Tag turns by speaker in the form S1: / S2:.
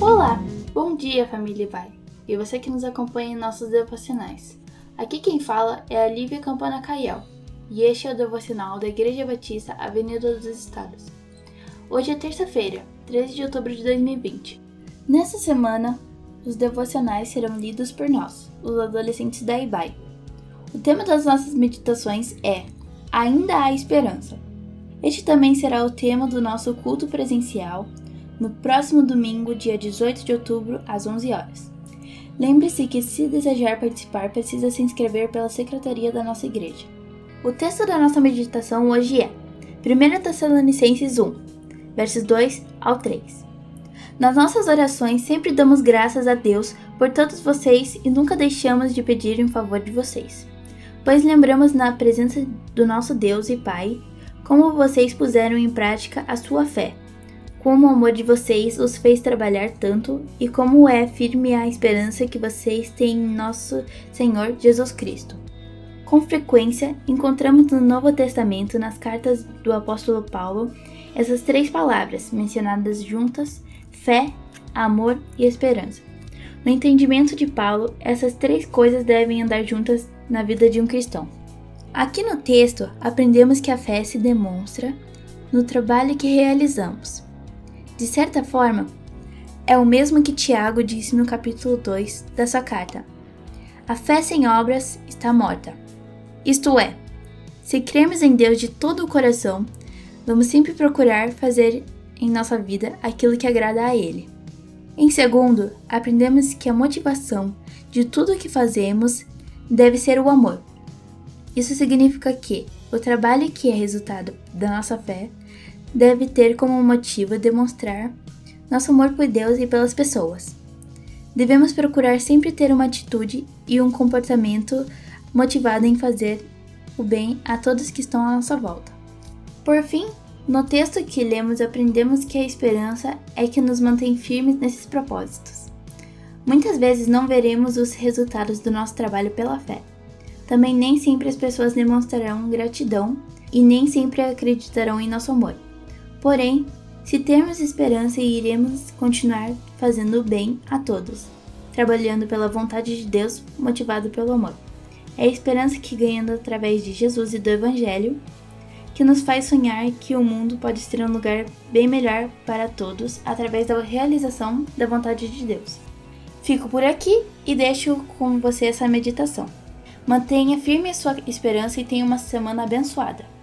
S1: Olá! Bom dia, família Vai! E você que nos acompanha em nossos devocionais. Aqui quem fala é a Lívia Campana Caiel, e este é o devocional da Igreja Batista Avenida dos Estados. Hoje é terça-feira, 13 de outubro de 2020. Nesta semana, os devocionais serão lidos por nós, os adolescentes da IBAI. O tema das nossas meditações é Ainda há esperança. Este também será o tema do nosso culto presencial no próximo domingo, dia 18 de outubro, às 11 horas. Lembre-se que, se desejar participar, precisa se inscrever pela secretaria da nossa igreja. O texto da nossa meditação hoje é 1 Tessalonicenses 1, versos 2 ao 3. Nas nossas orações, sempre damos graças a Deus por todos vocês e nunca deixamos de pedir em favor de vocês, pois lembramos na presença do nosso Deus e Pai como vocês puseram em prática a sua fé, como o amor de vocês os fez trabalhar tanto e como é firme a esperança que vocês têm em nosso Senhor Jesus Cristo. Com frequência, encontramos no Novo Testamento, nas cartas do apóstolo Paulo, essas três palavras mencionadas juntas: fé, amor e esperança. No entendimento de Paulo, essas três coisas devem andar juntas na vida de um cristão. Aqui no texto, aprendemos que a fé se demonstra no trabalho que realizamos. De certa forma, é o mesmo que Tiago disse no capítulo 2 da sua carta. A fé sem obras está morta. Isto é, se cremos em Deus de todo o coração, vamos sempre procurar fazer em nossa vida aquilo que agrada a Ele. Em segundo, aprendemos que a motivação de tudo o que fazemos deve ser o amor. Isso significa que o trabalho que é resultado da nossa fé deve ter como motivo demonstrar nosso amor por Deus e pelas pessoas. Devemos procurar sempre ter uma atitude e um comportamento motivado em fazer o bem a todos que estão à nossa volta. Por fim, no texto que lemos, aprendemos que a esperança é que nos mantém firmes nesses propósitos. Muitas vezes não veremos os resultados do nosso trabalho pela fé. Também nem sempre as pessoas demonstrarão gratidão e nem sempre acreditarão em nosso amor. Porém, se termos esperança, iremos continuar fazendo o bem a todos, trabalhando pela vontade de Deus, motivado pelo amor. É a esperança que ganhamos através de Jesus e do Evangelho, que nos faz sonhar que o mundo pode ser um lugar bem melhor para todos através da realização da vontade de Deus. Fico por aqui e deixo com você essa meditação. Mantenha firme a sua esperança e tenha uma semana abençoada.